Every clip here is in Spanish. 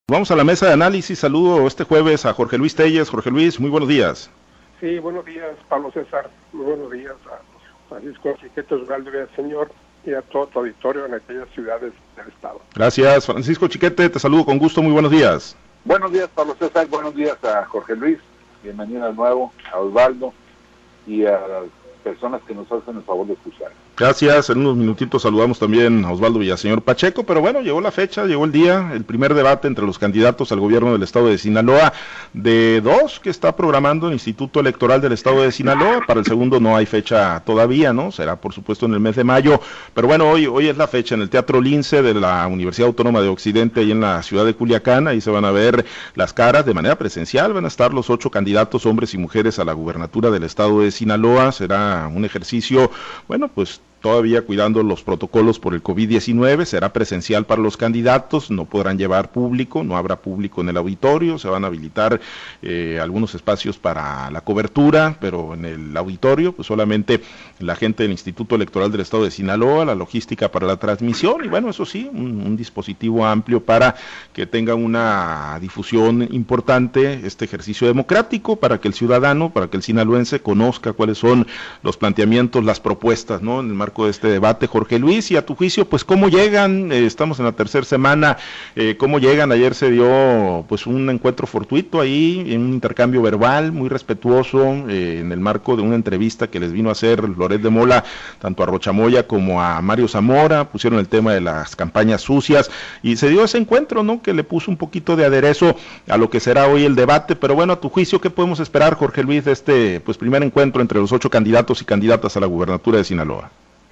Vamos a la mesa de análisis. Saludo este jueves a Jorge Luis Telles. Jorge Luis, muy buenos días. Sí, buenos días, Pablo César. Muy buenos días a Francisco Chiquete Osvaldo Señor y a todo tu auditorio en aquellas ciudades del estado. Gracias, Francisco Chiquete. Te saludo con gusto. Muy buenos días. Buenos días, Pablo César. Buenos días a Jorge Luis. Bienvenido de nuevo, a Osvaldo y a las personas que nos hacen el favor de escuchar. Gracias, en unos minutitos saludamos también a Osvaldo Villaseñor Pacheco, pero bueno, llegó la fecha, llegó el día, el primer debate entre los candidatos al gobierno del estado de Sinaloa, de dos que está programando el Instituto Electoral del estado de Sinaloa. Para el segundo no hay fecha todavía, ¿no? Será por supuesto en el mes de mayo, pero bueno, hoy es la fecha en el Teatro Lince de la Universidad Autónoma de Occidente, ahí en la ciudad de Culiacán. Ahí se van a ver las caras de manera presencial, van a estar los 8 candidatos, hombres y mujeres, a la gubernatura del estado de Sinaloa. Será un ejercicio, bueno, pues todavía cuidando los protocolos por el COVID-19, será presencial para los candidatos, no podrán llevar público, no habrá público en el auditorio, se van a habilitar algunos espacios para la cobertura, pero en el auditorio pues solamente la gente del Instituto Electoral del Estado de Sinaloa, la logística para la transmisión y bueno, eso sí, un dispositivo amplio para que tenga una difusión importante este ejercicio democrático, para que el ciudadano, para que el sinaloense conozca cuáles son los planteamientos, las propuestas, ¿no? En el marco de este debate, Jorge Luis, y a tu juicio, pues cómo llegan, estamos en la tercera semana, cómo llegan. Ayer se dio pues un encuentro fortuito ahí, en un intercambio verbal muy respetuoso, en el marco de una entrevista que les vino a hacer Loret de Mola, tanto a Rochamoya como a Mario Zamora, pusieron el tema de las campañas sucias, y se dio ese encuentro, ¿no? Que le puso un poquito de aderezo a lo que será hoy el debate. Pero bueno, a tu juicio, ¿qué podemos esperar, Jorge Luis, de este pues primer encuentro entre los 8 candidatos y candidatas a la gubernatura de Sinaloa?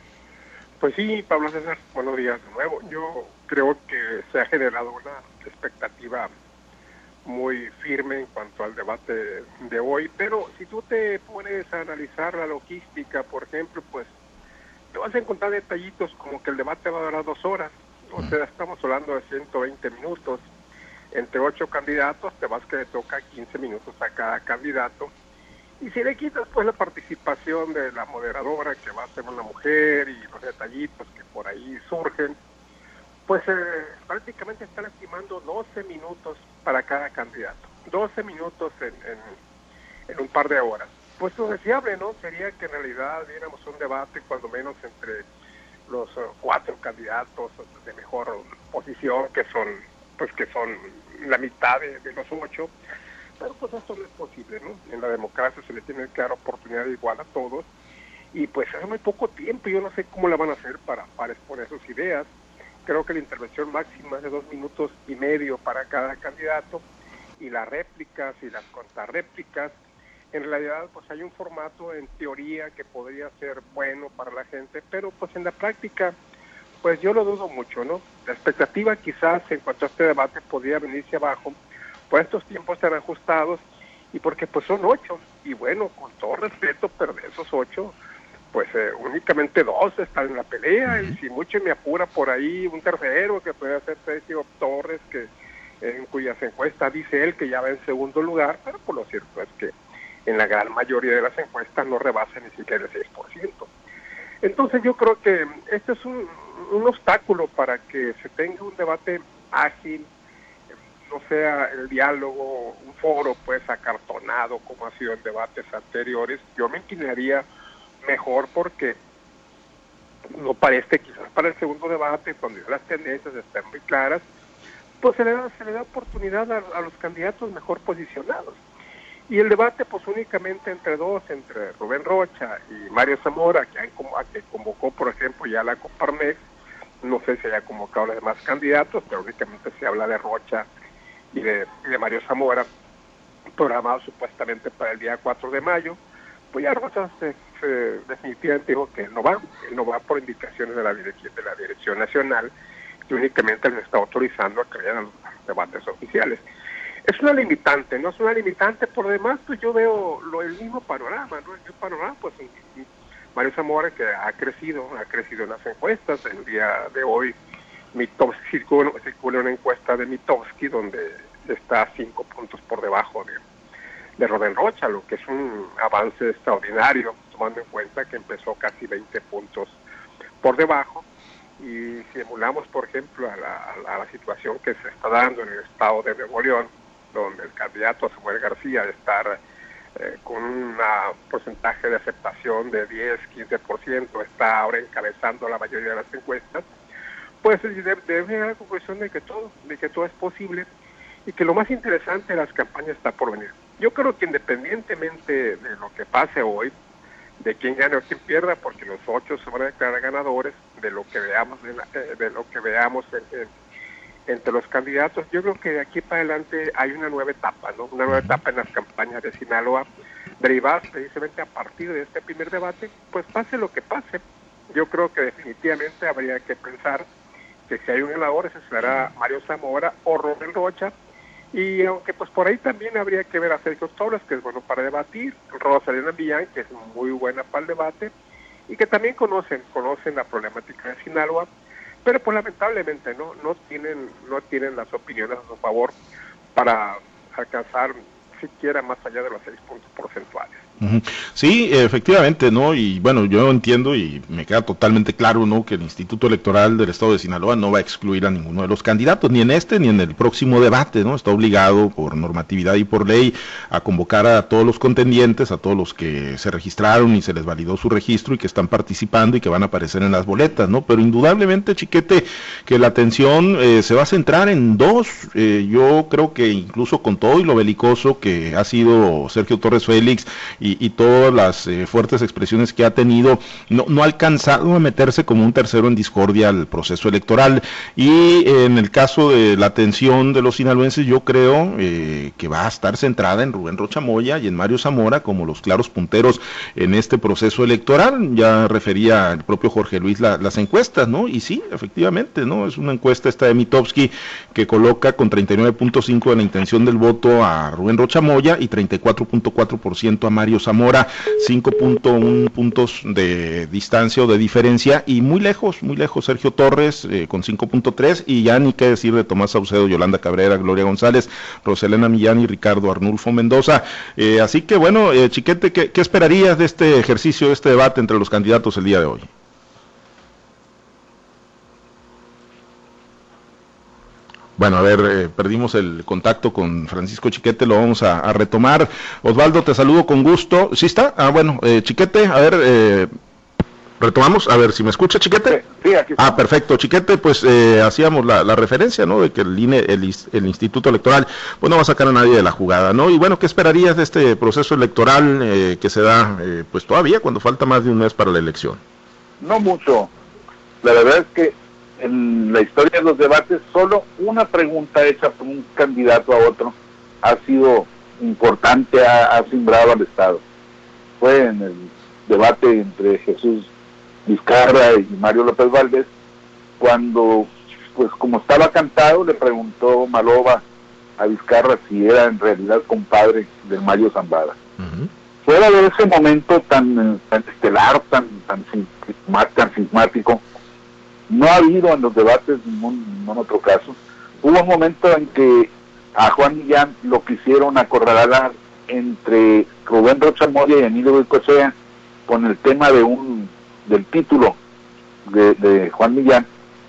Pues sí, Pablo César, buenos días de nuevo. Yo creo que se ha generado una expectativa muy firme en cuanto al debate de hoy, pero si tú te pones a analizar la logística, por ejemplo, pues te vas a encontrar detallitos como que el debate va a durar 2 horas, o sea, estamos hablando de 120 minutos, entre 8 candidatos, te vas que le toca 15 minutos a cada candidato. Y si le quitas pues la participación de la moderadora, que va a ser una mujer, y los detallitos que por ahí surgen, pues prácticamente están estimando 12 minutos para cada candidato. 12 minutos en un par de horas. Pues lo deseable, ¿no? Sería que en realidad diéramos un debate cuando menos entre los 4 candidatos de mejor posición, que son la mitad de los 8. Pero pues esto no es posible, ¿no? En la democracia se le tiene que dar oportunidad igual a todos, y pues hace muy poco tiempo, yo no sé cómo la van a hacer para exponer sus ideas. Creo que la intervención máxima es de 2 minutos y medio para cada candidato, y las réplicas y las contrarréplicas, en realidad pues hay un formato en teoría que podría ser bueno para la gente, pero pues en la práctica pues yo lo dudo mucho, ¿no? La expectativa quizás en cuanto a este debate podría venirse abajo por estos tiempos tan ajustados, y porque pues son 8, y bueno, con todo respeto, pero de esos 8, pues únicamente 2 están en la pelea, y si mucho me apura por ahí un tercero, que puede ser Sergio Torres, que en cuyas encuestas dice él que ya va en segundo lugar, pero por lo cierto es que en la gran mayoría de las encuestas no rebasa ni siquiera el 6%. Entonces yo creo que este es un obstáculo para que se tenga un debate ágil, no sea el diálogo, un foro pues acartonado como ha sido en debates anteriores. Yo me inclinaría mejor porque no parece, quizás para el segundo debate, cuando ya las tendencias estén muy claras, pues se le da oportunidad a los candidatos mejor posicionados. Y el debate pues únicamente entre 2, entre Rubén Rocha y Mario Zamora, que convocó por ejemplo ya la Coparmex. No sé si haya convocado a los demás candidatos, pero únicamente se habla de Rocha y de Mario Zamora, programado supuestamente para el día 4 de mayo, pues ya Rocha definitivamente dijo que él no va por indicaciones de la Dirección Nacional, que únicamente les está autorizando a que vayan a los debates oficiales. Es una limitante, ¿no? Es una limitante. Por demás, pues yo veo el mismo panorama, ¿no? El mismo panorama, pues Mario Zamora, que ha crecido en las encuestas. El día de hoy circula una encuesta de Mitofsky donde está 5 puntos por debajo de Rubén Rocha, lo que es un avance extraordinario, tomando en cuenta que empezó casi 20 puntos por debajo. y si emulamos, por ejemplo, a la situación que se está dando en el estado de Nuevo León, donde el candidato Samuel García de estar con un porcentaje de aceptación de 10-15%, está ahora encabezando la mayoría de las encuestas, pues debe llegar a la conclusión de que todo es posible y que lo más interesante de las campañas está por venir. Yo creo que independientemente de lo que pase hoy, de quién gane o quién pierda, porque los 8 se van a declarar ganadores, de lo que veamos entre los candidatos, yo creo que de aquí para adelante hay una nueva etapa, ¿no? Una nueva etapa en las campañas de Sinaloa, derivadas precisamente a partir de este primer debate, pues pase lo que pase. Yo creo que definitivamente habría que pensar que si hay un ganador, ese será Mario Zamora o Rubén Rocha, y aunque pues por ahí también habría que ver a Sergio Torres, que es bueno para debatir, Rosalena Millán, que es muy buena para el debate, y que también conocen la problemática de Sinaloa, pero pues lamentablemente no tienen las opiniones a su favor para alcanzar siquiera más allá de los 6 puntos porcentuales. Sí, efectivamente, ¿no? Y bueno, yo entiendo y me queda totalmente claro, ¿no?, que el Instituto Electoral del Estado de Sinaloa no va a excluir a ninguno de los candidatos, ni en este ni en el próximo debate, ¿no? Está obligado por normatividad y por ley a convocar a todos los contendientes, a todos los que se registraron y se les validó su registro y que están participando y que van a aparecer en las boletas, ¿no? Pero indudablemente, Chiquete, que la atención se va a centrar en dos. Yo creo que incluso con todo y lo belicoso que ha sido Sergio Torres Félix y todas las fuertes expresiones que ha tenido, no ha alcanzado a meterse como un tercero en discordia al proceso electoral. Y en el caso de la atención de los sinaloenses, yo creo que va a estar centrada en Rubén Rocha Moya y en Mario Zamora como los claros punteros en este proceso electoral. Ya refería el propio Jorge Luis las encuestas, ¿no? Y sí, efectivamente, ¿no? Es una encuesta esta de Mitofsky que coloca con 39.5 de la intención del voto a Rubén Rocha Moya y 34.4% a Mario Zamora, 5.1 puntos de distancia o de diferencia, y muy lejos Sergio Torres con 5.3, y ya ni qué decir de Tomás Saucedo, Yolanda Cabrera, Gloria González, Roselena Millán y Ricardo Arnulfo Mendoza. Así que bueno, Chiquete, ¿qué esperarías de este ejercicio, de este debate entre los candidatos el día de hoy? Bueno, a ver, perdimos el contacto con Francisco Chiquete, lo vamos a retomar. Osvaldo, te saludo con gusto. ¿Sí está? Bueno, Chiquete, a ver, retomamos. A ver, si me escucha, Chiquete. Sí, aquí está. Perfecto, Chiquete, pues hacíamos la referencia, ¿no?, de que el INE, el Instituto Electoral, pues no va a sacar a nadie de la jugada, ¿no? Y bueno, ¿qué esperarías de este proceso electoral que se da, pues todavía, cuando falta más de un mes para la elección? No mucho. La verdad es que en la historia de los debates, solo una pregunta hecha por un candidato a otro ha sido importante, ha simbrado al Estado. Fue en el debate entre Jesús Vizcarra y Mario López Valdés, cuando, pues como estaba cantado, le preguntó Maloba a Vizcarra si era en realidad compadre del Mario Zambada. Fuera de ese momento tan estelar, tan sintomático, no ha habido en los debates ningún otro caso. Hubo un momento en que a Juan Millán lo quisieron acorralar entre Rubén Rocha Moya y Emilio Goicoechea con el tema del título de Juan Millán,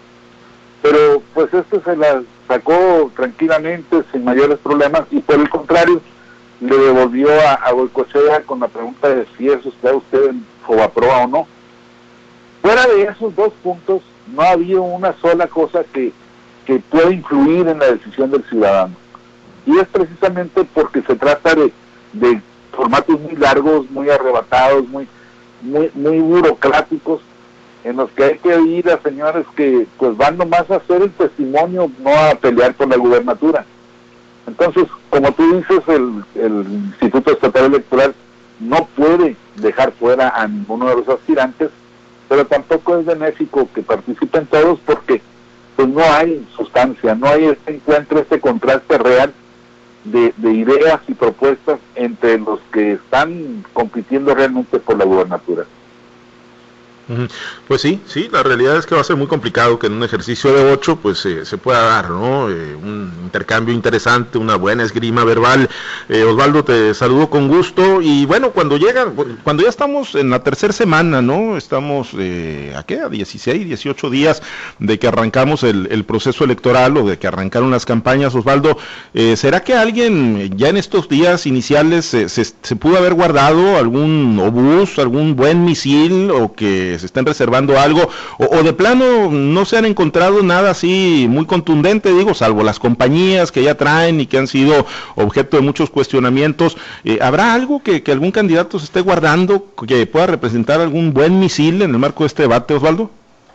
pero pues se la sacó tranquilamente, sin mayores problemas, y por el contrario le devolvió a Goicoechea con la pregunta de si eso está usted en Fobaproa o no. Fuera de esos dos puntos, no ha habido una sola cosa que pueda influir en la decisión del ciudadano. Y es precisamente porque se trata de formatos muy largos, muy arrebatados, muy burocráticos, en los que hay que ir a señores que pues van nomás a hacer el testimonio, no a pelear por la gubernatura. Entonces, como tú dices, el Instituto Estatal Electoral no puede dejar fuera a ninguno de los aspirantes, pero tampoco es benéfico que participen todos, porque pues no hay sustancia, no hay este encuentro, este contraste real de ideas y propuestas entre los que están compitiendo realmente por la gubernatura. Pues sí, la realidad es que va a ser muy complicado que en un ejercicio de 8 pues se pueda dar, ¿no? Un intercambio interesante, una buena esgrima verbal. Osvaldo, te saludo con gusto y bueno, cuando ya estamos en la tercera semana, ¿no? Estamos ¿a qué? A 16, 18 días de que arrancamos el proceso electoral o de que arrancaron las campañas, Osvaldo. ¿Será que alguien ya en estos días iniciales se pudo haber guardado algún obús, algún buen misil o que se estén reservando algo, o de plano no se han encontrado nada así muy contundente, digo, salvo las compañías que ya traen y que han sido objeto de muchos cuestionamientos? ¿Habrá algo que algún candidato se esté guardando que pueda representar algún buen misil en el marco de este debate, Osvaldo?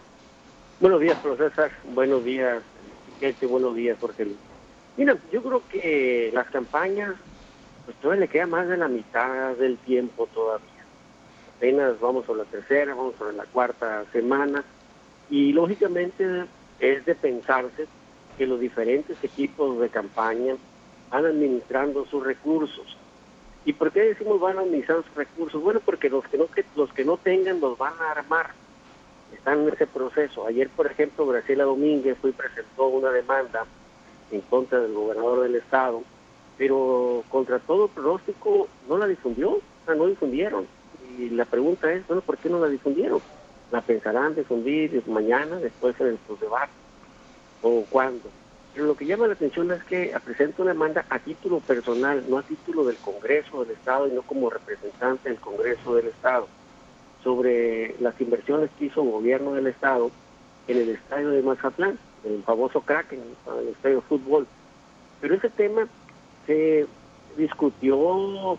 Buenos días, profesor César. Buenos días, gente. Buenos días, Jorge Luis. Mira, yo creo que las campañas, pues todavía le queda más de la mitad del tiempo todavía. Apenas vamos por la tercera, vamos por la cuarta semana y lógicamente es de pensarse que los diferentes equipos de campaña van administrando sus recursos. ¿Y por qué decimos van administrando sus recursos? Bueno, porque los que no tengan los van a armar. Están en ese proceso. Ayer, por ejemplo, Graciela Domínguez fue y presentó una demanda en contra del gobernador del estado, pero contra todo pronóstico no la difundió, o sea, no difundieron. Y la pregunta es, bueno, ¿por qué no la difundieron? ¿La pensarán difundir mañana, después en el debate? ¿O cuándo? Pero lo que llama la atención es que presenta una demanda a título personal, no a título del Congreso del Estado y no como representante del Congreso del Estado, sobre las inversiones que hizo el gobierno del Estado en el estadio de Mazatlán, el famoso Kraken, el estadio de fútbol. Pero ese tema se discutió,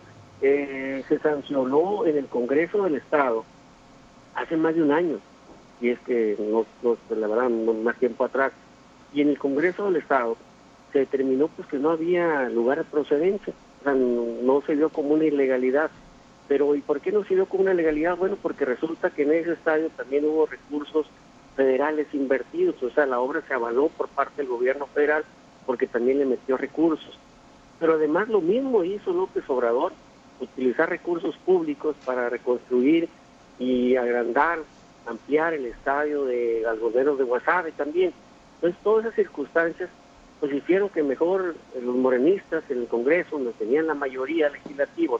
se sancionó en el Congreso del Estado hace más de un año, y es que la verdad, no más tiempo atrás, y en el Congreso del Estado se determinó pues que no había lugar de procedencia, o sea, no se dio como una ilegalidad. Pero ¿y por qué no se dio como una ilegalidad? Bueno, porque resulta que en ese estadio también hubo recursos federales invertidos, o sea, la obra se avaló por parte del gobierno federal porque también le metió recursos. Pero además lo mismo hizo López Obrador, utilizar recursos públicos para reconstruir y agrandar, ampliar el estadio de Algodoneros de Guasave también. Entonces todas esas circunstancias pues hicieron que mejor los morenistas en el Congreso, donde tenían la mayoría legislativa,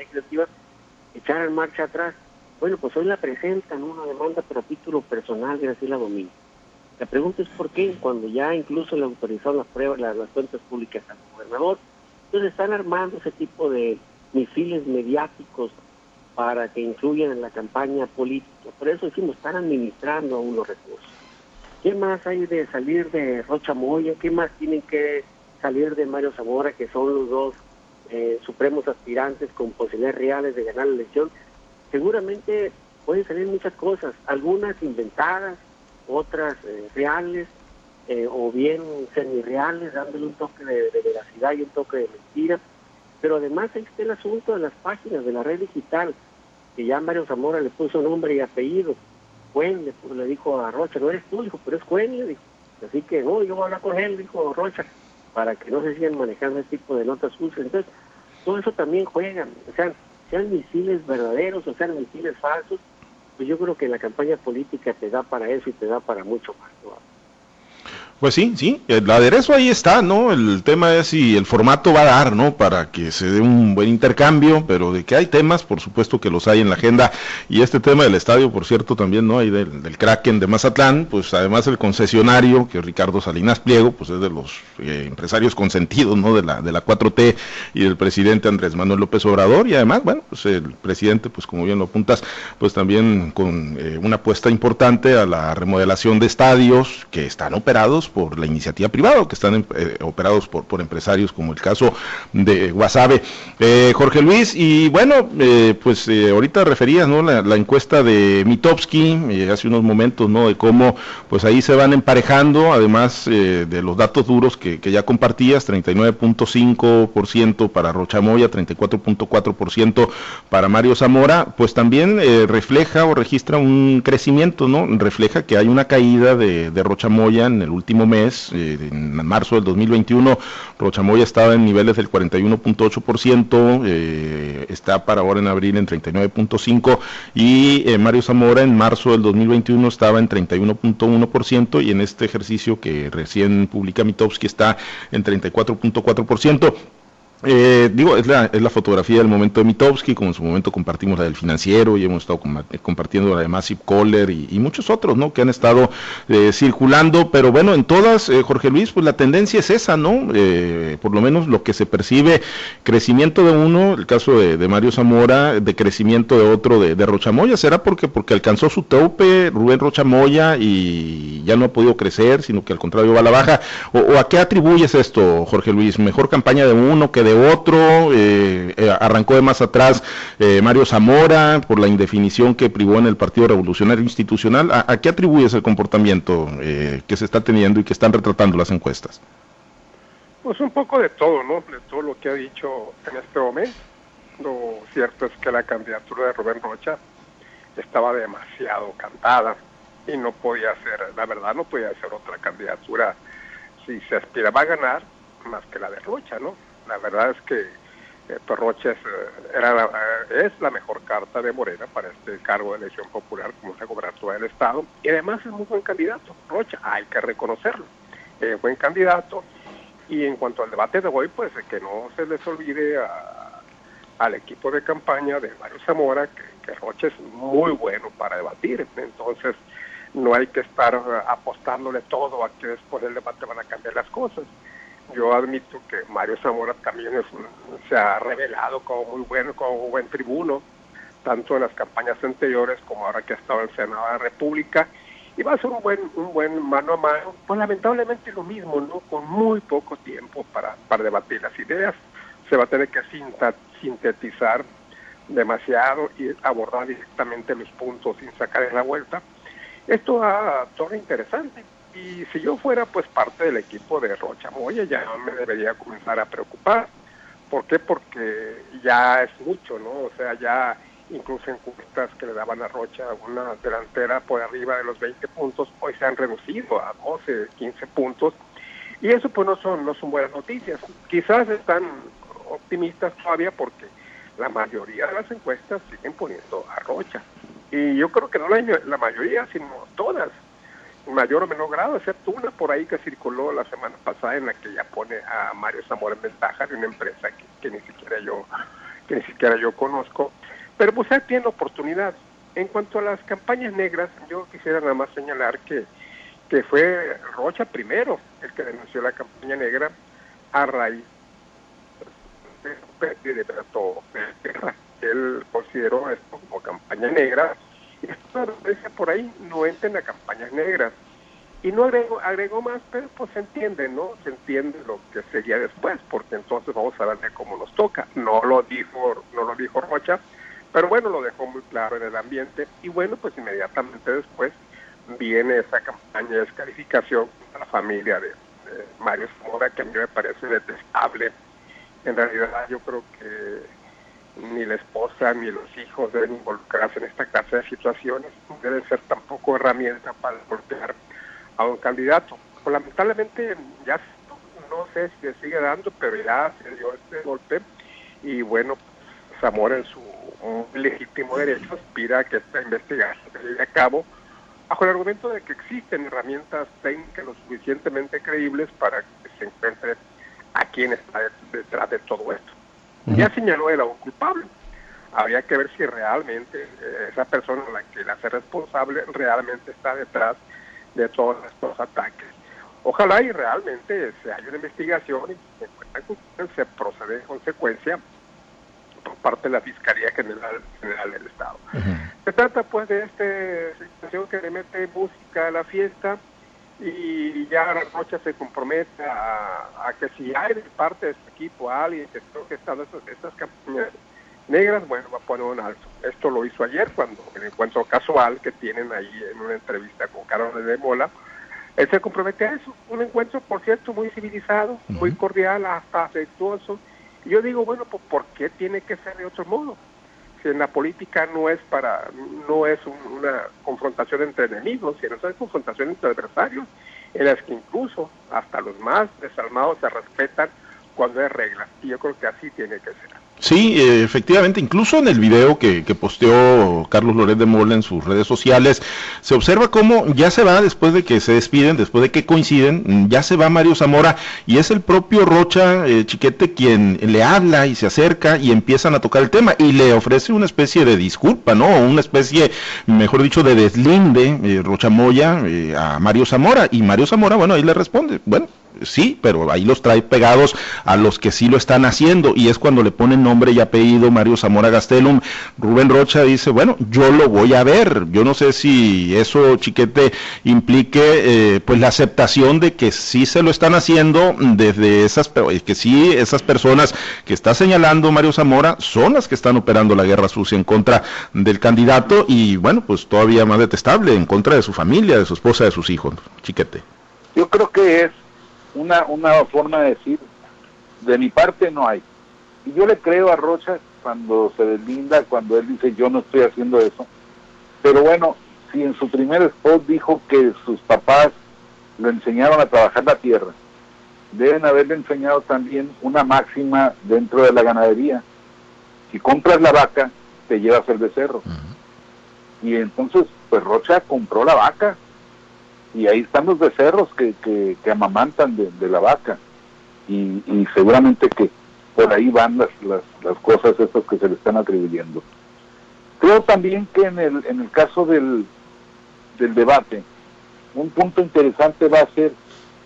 echaran marcha atrás. Bueno, pues hoy la presentan una demanda por título personal de Graciela Domínguez. La pregunta es por qué, cuando ya incluso le autorizaron las cuentas públicas al gobernador. Entonces están armando ese tipo de misiles mediáticos para que influyan en la campaña política. Por eso decimos, están administrando aún los recursos. ¿Qué más hay de salir de Rocha Moya? ¿Qué más tienen que salir de Mario Zamora, que son los dos supremos aspirantes con posibilidades reales de ganar la elección? Seguramente pueden salir muchas cosas, algunas inventadas, otras reales, o bien semi-reales, dándole un toque de veracidad y un toque de mentira. Pero además ahí está el asunto de las páginas de la red digital, que ya Mario Zamora le puso nombre y apellido. Cuen le dijo a Rocha, no eres tú, dijo, pero es Cuen, le dijo. Así que no, yo voy a hablar con él, dijo Rocha, para que no se sigan manejando ese tipo de notas sucias. Entonces, todo eso también juegan, o sea, sean misiles verdaderos o sean misiles falsos, pues yo creo que la campaña política te da para eso y te da para mucho más, ¿no? Pues sí, el aderezo ahí está, ¿no? El tema es si el formato va a dar, ¿no? Para que se dé un buen intercambio, pero de que hay temas, por supuesto que los hay en la agenda. Y este tema del estadio, por cierto, también, ¿no? Hay del Kraken de Mazatlán, pues además el concesionario, que es Ricardo Salinas Pliego, pues es de los empresarios consentidos, ¿no? De la 4T y del presidente Andrés Manuel López Obrador. Y además, bueno, pues el presidente, pues como bien lo apuntas, pues también con una apuesta importante a la remodelación de estadios que están operados por la iniciativa privada o que están operados por empresarios, como el caso de Guasave. Jorge Luis, y bueno, pues ahorita referías, ¿no? La encuesta de Mitofsky hace unos momentos, ¿no? De cómo pues ahí se van emparejando, además de los datos duros que ya compartías, 39.5% para Rocha Moya, 34.4% para Mario Zamora, pues también refleja o registra un crecimiento, ¿no? Refleja que hay una caída de Rocha Moya en el último último mes, en marzo del 2021, Rocha Moya estaba en niveles del 41.8%, está para ahora en abril en 39.5%, y Mario Zamora en marzo del 2021 estaba en 31.1%, y en este ejercicio que recién publica Mitofsky está en 34.4%. Es la fotografía del momento de Mitofsky, como en su momento compartimos la del Financiero, y hemos estado compartiendo la de Massive Caller y muchos otros, ¿no?, que han estado circulando, pero bueno, en todas, Jorge Luis, pues la tendencia es esa, ¿no? Por lo menos lo que se percibe, crecimiento de uno, el caso de Mario Zamora, de crecimiento de otro, de Rocha Moya. ¿Será porque alcanzó su tope Rubén Rocha Moya y ya no ha podido crecer, sino que al contrario va a la baja? ¿O a qué atribuyes esto, Jorge Luis? ¿Mejor campaña de uno que de otro? Arrancó de más atrás Mario Zamora por la indefinición que privó en el Partido Revolucionario Institucional. ¿A qué atribuyes el comportamiento que se está teniendo y que están retratando las encuestas? Pues un poco de todo, ¿no? De todo lo que ha dicho en este momento. Lo cierto es que la candidatura de Rubén Rocha estaba demasiado cantada y no podía ser, la verdad, no podía ser otra candidatura si se aspiraba a ganar más que la de Rocha, ¿no? La verdad es que pues Rocha es la mejor carta de Morena para este cargo de elección popular como la gobernatura del estado, y además es muy buen candidato. Rocha, hay que reconocerlo, es buen candidato. Y en cuanto al debate de hoy, pues que no se les olvide al equipo de campaña de Mario Zamora que Rocha es muy bueno para debatir. Entonces no hay que estar apostándole todo a que después del debate van a cambiar las cosas. Yo admito que Mario Zamora también se ha revelado como muy bueno, como un buen tribuno, tanto en las campañas anteriores como ahora que ha estado en el Senado de la República, y va a ser un buen mano a mano. Pues lamentablemente lo mismo, ¿no? Con muy poco tiempo para debatir las ideas, se va a tener que sintetizar demasiado y abordar directamente los puntos sin sacar en la vuelta. Esto va todo interesante. Y si yo fuera pues parte del equipo de Rocha Moya, ya me debería comenzar a preocupar. ¿Por qué? Porque ya es mucho, ¿no? O sea, ya incluso encuestas que le daban a Rocha una delantera por arriba de los 20 puntos, hoy se han reducido a 12, 15 puntos. Y eso pues no son buenas noticias. Quizás están optimistas todavía porque la mayoría de las encuestas siguen poniendo a Rocha. Y yo creo que no la mayoría, sino todas, en mayor o menor grado, excepto una por ahí que circuló la semana pasada en la que ya pone a Mario Zamora en ventaja de una empresa que ni siquiera yo conozco. Pero pues él tiene oportunidad. En cuanto a las campañas negras, yo quisiera nada más señalar que fue Rocha primero el que denunció la campaña negra a raíz de Beto Guerra. Él consideró esto como campaña negra, y esto por ahí no entra en las campañas negras. Y no agregó más, pero pues se entiende, ¿no? Se entiende lo que seguía después, porque entonces vamos a ver de cómo nos toca. No lo dijo Rocha, pero bueno, lo dejó muy claro en el ambiente. Y bueno, pues inmediatamente después viene esa campaña de descalificación a la familia de Mario Zamora, que a mí me parece detestable. En realidad yo creo que ni la esposa ni los hijos deben involucrarse en esta clase de situaciones, deben ser tampoco herramienta para golpear a un candidato. Pues lamentablemente ya no sé si se sigue dando, pero ya se dio este golpe, y bueno, Zamora en su legítimo derecho aspira a que esta investigación se lleve a cabo bajo el argumento de que existen herramientas técnicas lo suficientemente creíbles para que se encuentre a quién está detrás de todo esto. Ya señaló el culpable. Habría que ver si realmente esa persona a la que la hace responsable realmente está detrás de todos estos ataques. Ojalá y realmente se haya una investigación y se procede en consecuencia por parte de la Fiscalía General del Estado. Se trata pues de esta situación que le mete música a la fiesta, y ya Rocha se compromete a que si hay de parte de este equipo a alguien que toque estas campañas negras, bueno, va a poner un alto. Esto lo hizo ayer cuando en el encuentro casual que tienen ahí en una entrevista con Carlos de Mola, él se compromete a eso. Un encuentro, por cierto, muy civilizado, muy cordial, hasta afectuoso. Y yo digo, bueno, pues ¿por qué tiene que ser de otro modo? Si en la política no es una confrontación entre enemigos, sino es una confrontación entre adversarios, en las que incluso hasta los más desalmados se respetan cuando hay reglas, y yo creo que así tiene que ser. Sí, efectivamente, incluso en el video que posteó Carlos Loret de Mola en sus redes sociales, se observa cómo ya se va, después de que se despiden, después de que coinciden, ya se va Mario Zamora, y es el propio Rocha Chiquete quien le habla y se acerca y empiezan a tocar el tema, y le ofrece una especie de disculpa, ¿no? Una especie, mejor dicho, de deslinde, Rocha Moya, a Mario Zamora, y Mario Zamora, bueno, ahí le responde, bueno, sí, pero ahí los trae pegados a los que sí lo están haciendo, y es cuando le ponen nombre y apellido Mario Zamora Gastelum. Rubén Rocha dice, bueno, yo lo voy a ver. Yo no sé si eso, Chiquete, implique pues la aceptación de que sí se lo están haciendo desde esas, que sí esas personas que está señalando Mario Zamora son las que están operando la guerra sucia en contra del candidato, y bueno, pues todavía más detestable, en contra de su familia, de su esposa, de sus hijos. Chiquete. Yo creo que es una forma de decir, de mi parte no hay. Y yo le creo a Rocha cuando se deslinda, cuando él dice yo no estoy haciendo eso. Pero bueno, si en su primer spot dijo que sus papás lo enseñaron a trabajar la tierra, deben haberle enseñado también una máxima dentro de la ganadería: si compras la vaca, te llevas el becerro. Y entonces, pues Rocha compró la vaca, y ahí están los becerros que amamantan de la vaca, y seguramente que por ahí van las cosas estas que se le están atribuyendo. Creo también que en el caso del debate, un punto interesante va a ser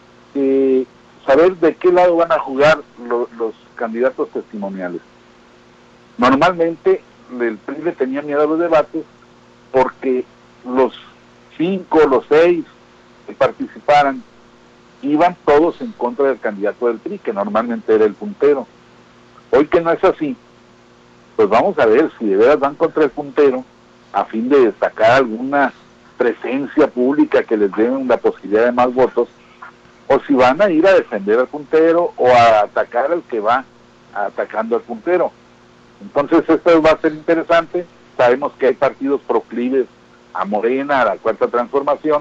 saber de qué lado van a jugar los candidatos testimoniales. Normalmente el PRI le tenía miedo a los debates porque los 5, los 6 que participaran iban todos en contra del candidato del PRI, que normalmente era el puntero. Hoy que no es así, pues vamos a ver si de veras van contra el puntero a fin de destacar alguna presencia pública que les dé la posibilidad de más votos, o si van a ir a defender al puntero o a atacar al que va atacando al puntero. Entonces esto va a ser interesante. Sabemos que hay partidos proclives a Morena, a la Cuarta Transformación,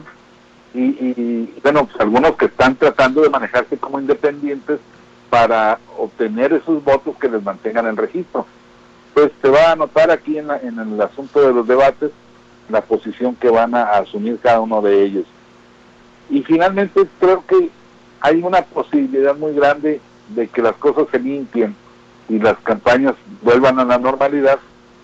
y bueno, pues algunos que están tratando de manejarse como independientes para obtener esos votos que les mantengan el registro. Pues se va a notar aquí en el asunto de los debates la posición que van a asumir cada uno de ellos. Y finalmente creo que hay una posibilidad muy grande de que las cosas se limpien y las campañas vuelvan a la normalidad,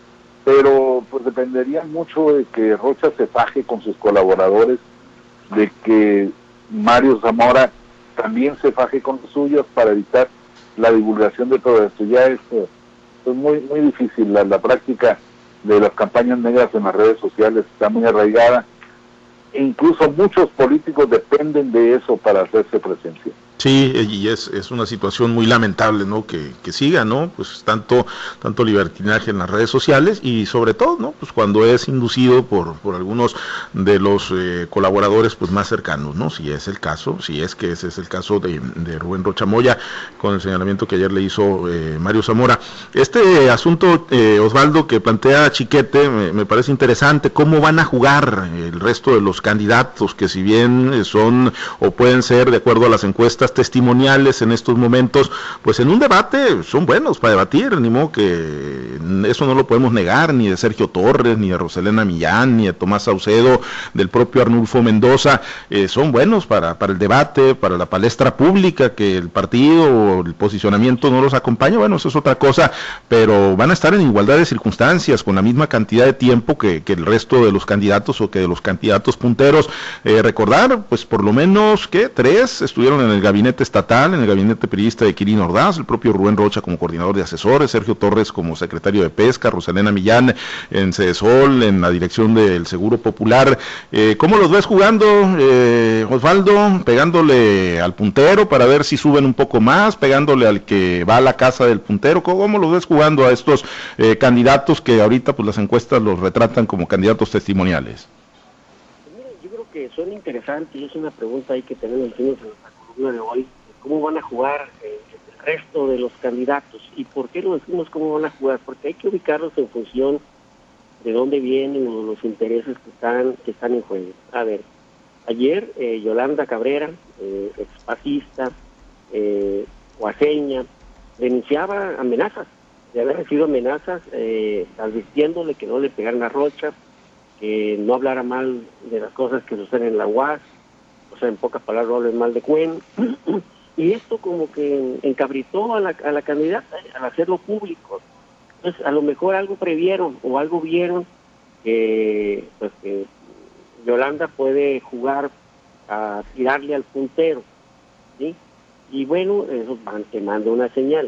pero pues dependería mucho de que Rocha se faje con sus colaboradores, de que Mario Zamora también se faje con los suyos para evitar la divulgación de todo esto. Ya es muy difícil, la práctica de las campañas negras en las redes sociales está muy arraigada, e incluso muchos políticos dependen de eso para hacerse presencia. Sí, y es una situación muy lamentable, ¿no? Que siga, ¿no? Pues tanto libertinaje en las redes sociales, y sobre todo, ¿no? Pues cuando es inducido por algunos de los colaboradores pues más cercanos, ¿no? Si es el caso, si es que ese es el caso de Rubén Rocha Moya, con el señalamiento que ayer le hizo Mario Zamora. Este asunto, Osvaldo, que plantea Chiquete, me parece interesante. ¿Cómo van a jugar el resto de los candidatos, que si bien son o pueden ser, de acuerdo a las encuestas, testimoniales en estos momentos, pues en un debate son buenos para debatir, ni modo que eso no lo podemos negar, ni de Sergio Torres, ni de Roselena Millán, ni de Tomás Saucedo, del propio Arnulfo Mendoza, son buenos para el debate, para la palestra pública, que el partido o el posicionamiento no los acompaña, bueno, eso es otra cosa, pero van a estar en igualdad de circunstancias, con la misma cantidad de tiempo que el resto de los candidatos o que de los candidatos punteros. Recordar, pues por lo menos que 3 estuvieron en el gabinete estatal, en el gabinete periodista de Quirino Ordaz, el propio Rubén Rocha como coordinador de asesores, Sergio Torres como secretario de Pesca, Roselena Millán en Cedesol, en la dirección del Seguro Popular. ¿Cómo los ves jugando, Osvaldo? Pegándole al puntero para ver si suben un poco más, pegándole al que va a la casa del puntero. ¿Cómo los ves jugando a estos candidatos que ahorita pues las encuestas los retratan como candidatos testimoniales? Yo creo que son interesantes, y es una pregunta ahí que tenemos en la columna de hoy: ¿cómo van a jugar el resto de los candidatos? ¿Y por qué lo decimos cómo van a jugar? Porque hay que ubicarlos en función de dónde vienen o los intereses que están en juego. A ver, Ayer Yolanda Cabrera, expasista, oaseña, denunciaba amenazas, de haber recibido amenazas, advirtiéndole que no le pegaran a Rocha, que no hablara mal de las cosas que suceden en la UAS, o sea, en pocas palabras, no hable mal de Cuen. Y esto como que encabritó a la candidata al hacerlo público. Entonces, a lo mejor algo previeron o algo vieron que Yolanda puede jugar a tirarle al puntero, ¿sí? Y bueno, eso te manda una señal.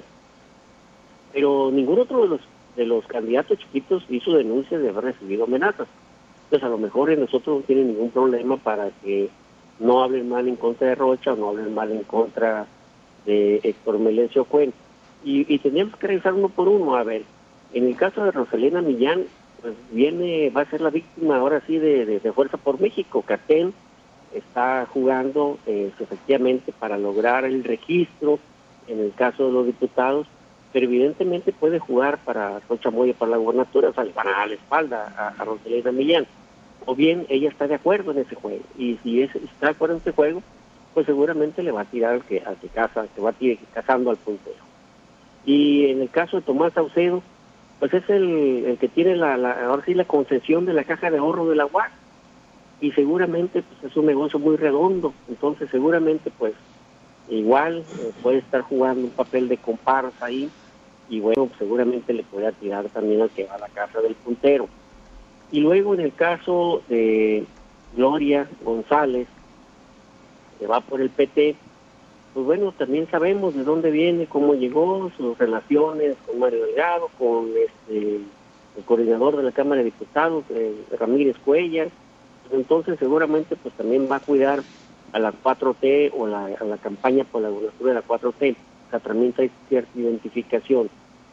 Pero ningún otro de los candidatos chiquitos hizo denuncias de haber recibido amenazas. Entonces, a lo mejor nosotros no tienen ningún problema para que no hablen mal en contra de Rocha o no hablen mal en contra de Héctor Melencio Cuen. Y teníamos que revisar uno por uno. A ver, en el caso de Rosalena Millán, pues va a ser la víctima ahora sí de Fuerza por México. Catén está jugando efectivamente para lograr el registro en el caso de los diputados, pero evidentemente puede jugar para Rocha Moya, para la gobernatura, o sea, le van a dar la espalda a Rosalena Millán. O bien ella está de acuerdo en ese juego, y si está de acuerdo en ese juego, pues seguramente le va a tirar al que caza, que va a ir cazando al puntero. Y en el caso de Tomás Saucedo, pues es el que tiene ahora sí la concesión de la caja de ahorro de la UAC, y seguramente pues es un negocio muy redondo, entonces seguramente pues igual puede estar jugando un papel de comparsa ahí, y bueno, pues, seguramente le podría tirar también al que va a la casa del puntero. Y luego en el caso de Gloria González, que va por el PT, pues bueno, también sabemos de dónde viene, cómo llegó, sus relaciones con Mario Delgado, con el coordinador de la Cámara de Diputados, Ramírez Cuellar. Pues entonces seguramente pues también va a cuidar a la 4T o a la campaña por la gobernatura de la 4T. O sea, también hay cierta identificación.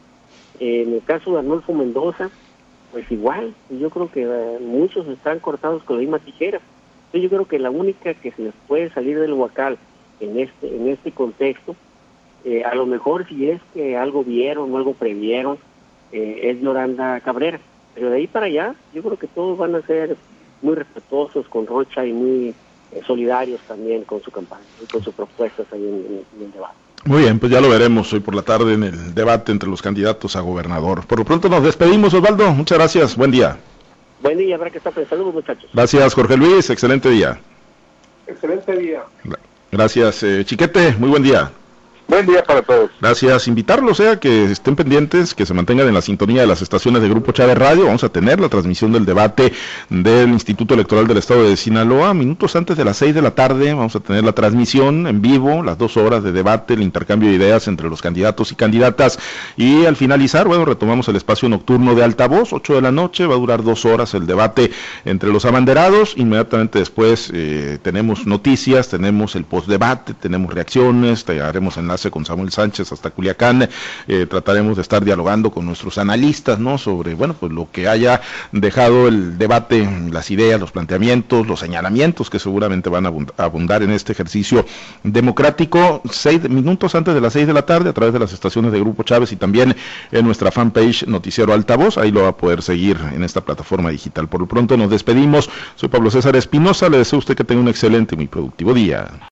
En el caso de Arnulfo Mendoza, pues igual, yo creo que muchos están cortados con la misma tijera. Entonces yo creo que la única que se les puede salir del huacal en este contexto, a lo mejor si es que algo vieron o algo previeron, es Yolanda Cabrera. Pero de ahí para allá, yo creo que todos van a ser muy respetuosos con Rocha y muy solidarios también con su campaña y con sus propuestas ahí en el debate. Muy bien, pues ya lo veremos hoy por la tarde en el debate entre los candidatos a gobernador. Por lo pronto nos despedimos, Osvaldo. Muchas gracias. Buen día. Buen día, habrá que estar pensando. Saludos, muchachos. Gracias, Jorge Luis. Excelente día. Excelente día. Gracias, Chiquete. Muy buen día. Buen día para todos. Gracias, invitarlos a que estén pendientes, que se mantengan en la sintonía de las estaciones de Grupo Chávez Radio. Vamos a tener la transmisión del debate del Instituto Electoral del Estado de Sinaloa, minutos antes de las 6 de la tarde. Vamos a tener la transmisión en vivo, las 2 horas de debate, el intercambio de ideas entre los candidatos y candidatas, y al finalizar, bueno, retomamos el espacio nocturno de altavoz, 8 de la noche, va a durar 2 horas el debate entre los abanderados. Inmediatamente después tenemos noticias, tenemos el postdebate, tenemos reacciones, haremos enlace con Samuel Sánchez hasta Culiacán, trataremos de estar dialogando con nuestros analistas, ¿no?, sobre, bueno, pues lo que haya dejado el debate, las ideas, los planteamientos, los señalamientos que seguramente van a abundar en este ejercicio democrático. 6 minutos antes de las 6 de la tarde, a través de las estaciones de Grupo Chávez y también en nuestra fanpage Noticiero Altavoz, ahí lo va a poder seguir en esta plataforma digital. Por lo pronto nos despedimos, soy Pablo César Espinosa, le deseo a usted que tenga un excelente y muy productivo día.